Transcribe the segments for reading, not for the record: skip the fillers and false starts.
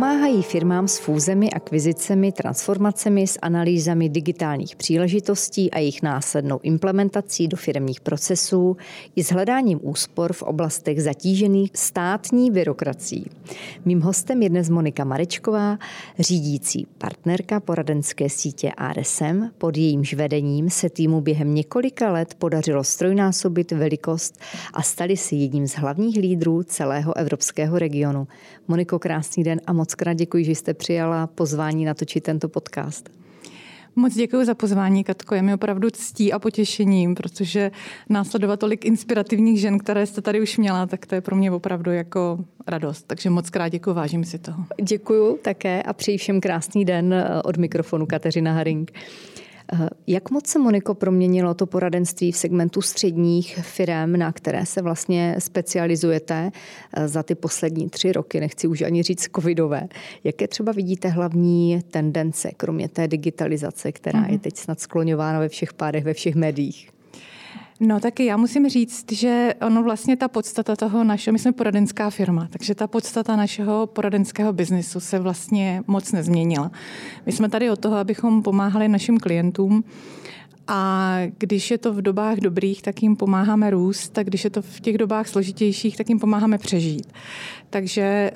Pomáhají firmám s fúzemi, akvizicemi, transformacemi, s analýzami digitálních příležitostí a jejich následnou implementací do firemních procesů i s hledáním úspor v oblastech zatížených státní byrokracií. Mým hostem je dnes Monika Marečková, řídící partnerka poradenské sítě RSM. Pod jejímž vedením se týmu během několika let podařilo ztrojnásobit velikost a stali se jedním z hlavních lídrů celého evropského regionu. Moniko, krásný den a moc krát děkuji, že jste přijala pozvání natočit tento podcast. Moc děkuji za pozvání, Katko. Je mi opravdu ctí a potěšením, protože následovat tolik inspirativních žen, které jste tady už měla, tak to je pro mě opravdu jako radost. Takže moc krát děkuji, vážím si toho. Děkuji také a přeji všem krásný den od mikrofonu Kateřina Haring. Jak moc se, Moniko, proměnilo to poradenství v segmentu středních firem, na které se vlastně specializujete za ty poslední 3 roky, nechci už ani říct covidové. Jaké třeba vidíte hlavní tendence, kromě té digitalizace, která je teď snad skloňována ve všech pádech, ve všech médiích? No taky já musím říct, že ono vlastně ta podstata toho našeho, my jsme poradenská firma, takže ta podstata našeho poradenského biznisu se vlastně moc nezměnila. My jsme tady od toho, abychom pomáhali našim klientům a když je to v dobách dobrých, tak jim pomáháme růst, a když je to v těch dobách složitějších, tak jim pomáháme přežít. Takže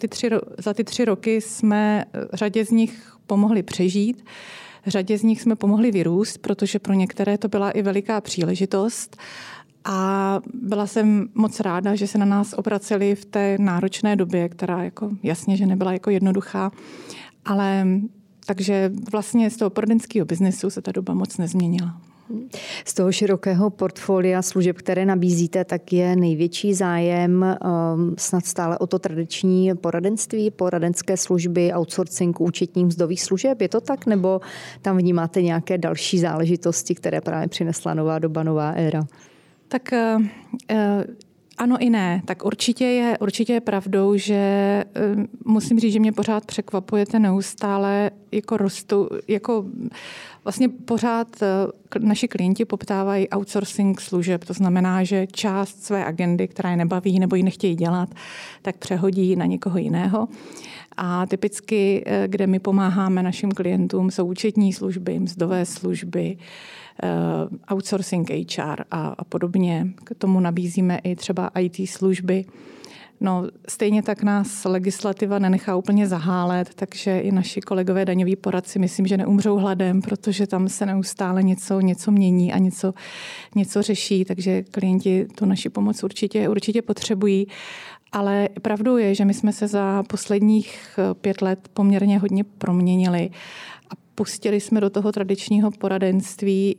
za ty 3 roky jsme řadě z nich pomohli přežít. Řadě z nich jsme pomohli vyrůst, protože pro některé to byla i veliká příležitost. A byla jsem moc ráda, že se na nás obraceli v té náročné době, která jako jasně, že nebyla jako jednoduchá. Ale takže vlastně z toho poradenského biznesu se ta doba moc nezměnila. Z toho širokého portfolia služeb, které nabízíte, tak je největší zájem snad stále o to tradiční poradenství, poradenské služby, outsourcing, účetních mzdových služeb. Je to tak, nebo tam vnímáte nějaké další záležitosti, které právě přinesla nová doba, nová éra? Tak ano i ne. Tak určitě je pravdou, že musím říct, že mě pořád překvapujete neustále jako vlastně pořád naši klienti poptávají outsourcing služeb. To znamená, že část své agendy, která je nebaví nebo ji nechtějí dělat, tak přehodí na někoho jiného. A typicky, kde my pomáháme našim klientům, jsou účetní služby, mzdové služby, outsourcing HR a podobně. K tomu nabízíme i třeba IT služby. No, stejně tak nás legislativa nenechá úplně zahálet, takže i naši kolegové daňoví poradci myslím, že neumřou hladem, protože tam se neustále něco mění a něco řeší, takže klienti tu naši pomoc určitě potřebují. Ale pravdou je, že my jsme se za posledních 5 let poměrně hodně proměnili a pustili jsme do toho tradičního poradenství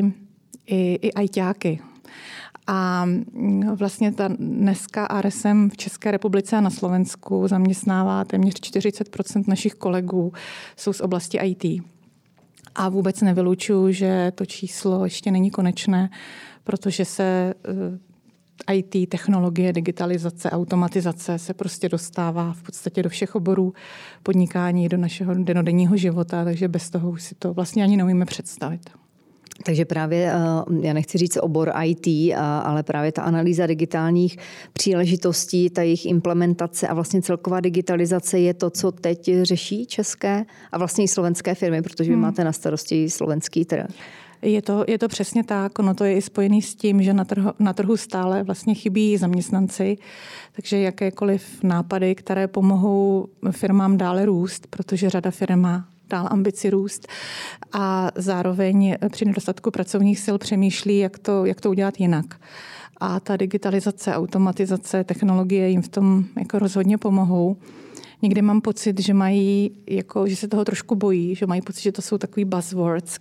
i ajťáky. A vlastně dneska RSM v České republice a na Slovensku zaměstnává téměř 40% našich kolegů jsou z oblasti IT. A vůbec nevylučuju, že to číslo ještě není konečné, protože se IT, technologie, digitalizace, automatizace se prostě dostává v podstatě do všech oborů podnikání, do našeho dennodenního života, takže bez toho už si to vlastně ani neumíme představit. Takže právě, já nechci říct obor IT, ale právě ta analýza digitálních příležitostí, ta jejich implementace a vlastně celková digitalizace je to, co teď řeší české a vlastně i slovenské firmy, protože vy máte na starosti slovenský trh. Je to přesně tak, ono to je i spojený s tím, že na trhu stále vlastně chybí zaměstnanci, takže jakékoliv nápady, které pomohou firmám dále růst, protože řada firm má dál ambici růst a zároveň při nedostatku pracovních sil přemýšlí, jak to udělat jinak. A ta digitalizace, automatizace, technologie jim v tom jako rozhodně pomohou. Někdy mám pocit, že že se toho trošku bojí, že mají pocit, že to jsou takový buzzwords,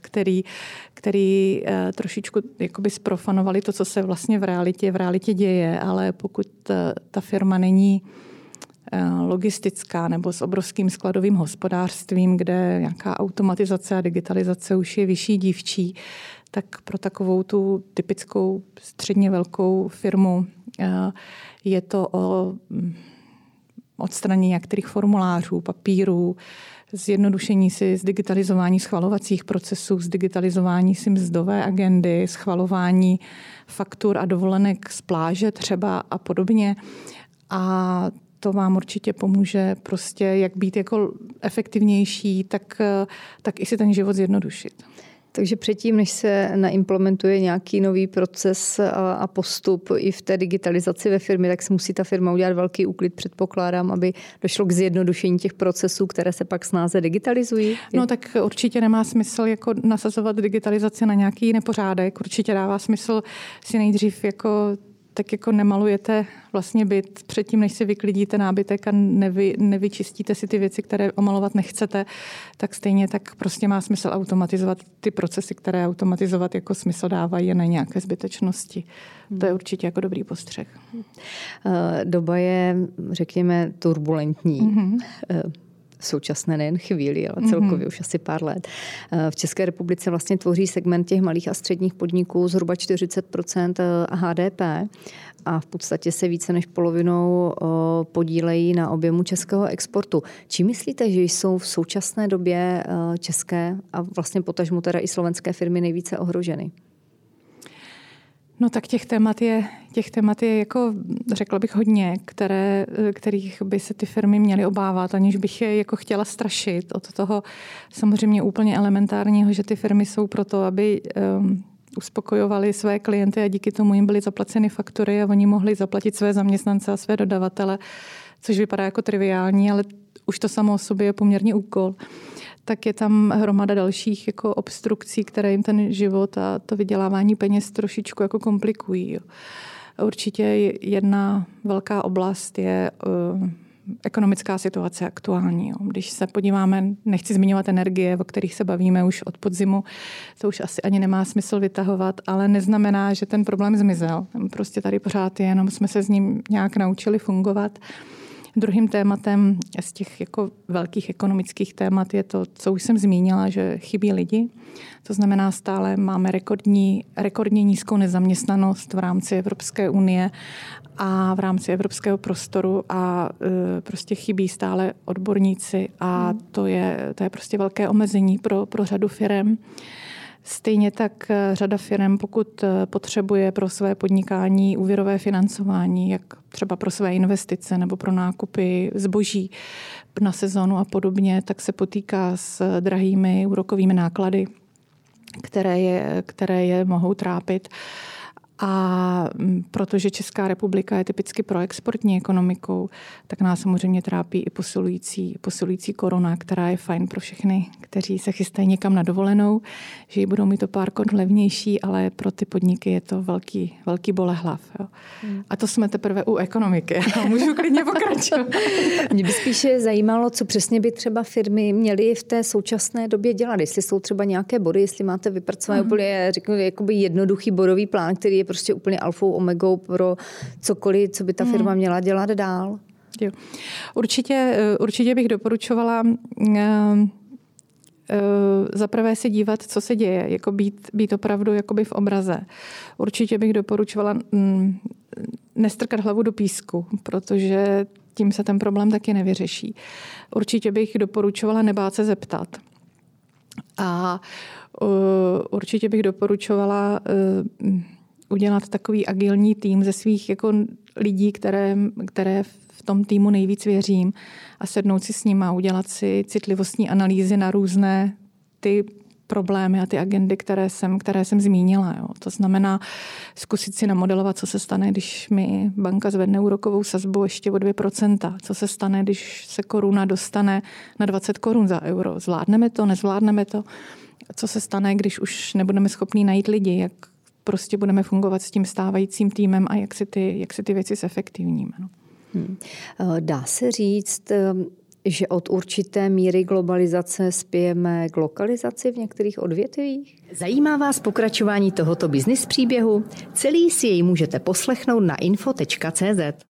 který trošičku jakoby zprofanovali to, co se vlastně v realitě děje, ale pokud ta firma není logistická nebo s obrovským skladovým hospodářstvím, kde nějaká automatizace a digitalizace už je vyšší dívčí, tak pro takovou tu typickou středně velkou firmu je to o odstranění některých formulářů, papírů, zjednodušení si, zdigitalizování schvalovacích procesů, zdigitalizování si mzdové agendy, schvalování faktur a dovolenek z pláže třeba a podobně. A to vám určitě pomůže prostě jak být jako efektivnější, tak i si ten život zjednodušit. Takže předtím, než se naimplementuje nějaký nový proces a postup i v té digitalizaci ve firmě, tak si musí ta firma udělat velký úklid, předpokládám, aby došlo k zjednodušení těch procesů, které se pak snáze digitalizují? No tak určitě nemá smysl jako nasazovat digitalizaci na nějaký nepořádek. Určitě dává smysl si nejdřív tak jako nemalujete vlastně byt předtím, než si vyklidíte nábytek a nevyčistíte si ty věci, které omalovat nechcete, tak stejně tak prostě má smysl automatizovat ty procesy, které automatizovat jako smysl dávají a ne nějaké zbytečnosti. To je určitě jako dobrý postřeh. Doba je, řekněme, turbulentní. V současné nejen chvíli, ale celkově už asi pár let. V České republice vlastně tvoří segment těch malých a středních podniků zhruba 40% HDP a v podstatě se více než polovinou podílejí na objemu českého exportu. Čím myslíte, že jsou v současné době české a vlastně potažmo teda i slovenské firmy nejvíce ohroženy? No tak těch témat je jako, řekla bych, hodně, kterých by se ty firmy měly obávat, aniž bych je jako chtěla strašit od toho samozřejmě úplně elementárního, že ty firmy jsou proto, aby uspokojovali své klienty a díky tomu jim byly zaplaceny faktury a oni mohli zaplatit své zaměstnance a své dodavatele, což vypadá jako triviální, ale už to samo o sobě je poměrně úkol. Tak je tam hromada dalších jako obstrukcí, které jim ten život a to vydělávání peněz trošičku jako komplikují. Jo. Určitě jedna velká oblast je ekonomická situace aktuální. Jo. Když se podíváme, nechci zmiňovat energie, o kterých se bavíme už od podzimu, to už asi ani nemá smysl vytahovat, ale neznamená, že ten problém zmizel. Prostě tady pořád je, jenom jsme se s ním nějak naučili fungovat. Druhým tématem z těch jako velkých ekonomických témat je to, co už jsem zmínila, že chybí lidi. To znamená, stále máme rekordně nízkou nezaměstnanost v rámci Evropské unie a v rámci evropského prostoru a prostě chybí stále odborníci a to je prostě velké omezení pro řadu firem. Stejně tak řada firem, pokud potřebuje pro své podnikání úvěrové financování, jak třeba pro své investice nebo pro nákupy zboží na sezónu a podobně, tak se potýká s drahými úrokovými náklady, které je mohou trápit. A protože Česká republika je typicky proexportní ekonomikou, tak nás samozřejmě trápí i posilující koruna, která je fajn pro všechny, kteří se chystají někam na dovolenou, že ji budou mít o pár korun levnější, ale pro ty podniky je to velký bolehlav. Jo. A to jsme teprve u ekonomiky. Já můžu klidně pokračovat. Mě by spíše zajímalo, co přesně by třeba firmy měly v té současné době dělat. Jestli jsou třeba nějaké body, jestli máte vypracovaný úplně, řeknu, jakoby jednoduchý bodový plán, který je prostě úplně alfou omegou pro cokoliv, co by ta firma měla dělat dál. Jo. Určitě bych doporučovala zaprvé se dívat, co se děje, jako být opravdu jakoby v obraze. Určitě bych doporučovala nestrkat hlavu do písku, protože tím se ten problém taky nevyřeší. Určitě bych doporučovala nebát se zeptat. A určitě bych doporučovala udělat takový agilní tým ze svých jako lidí, které v tom týmu nejvíc věřím a sednout si s nimi a udělat si citlivostní analýzy na různé ty problémy a ty agendy, které jsem zmínila. Jo. To znamená zkusit si namodelovat, co se stane, když mi banka zvedne úrokovou sazbu ještě o 2%. Co se stane, když se koruna dostane na 20 korun za euro. Zvládneme to, nezvládneme to? Co se stane, když už nebudeme schopní najít lidi, jak prostě budeme fungovat s tím stávajícím týmem a jak si ty věci zefektivníme. No. Dá se říct, že od určité míry globalizace spějeme k lokalizaci v některých odvětvích? Zajímá vás pokračování tohoto business příběhu? Celý si jej můžete poslechnout na info.cz.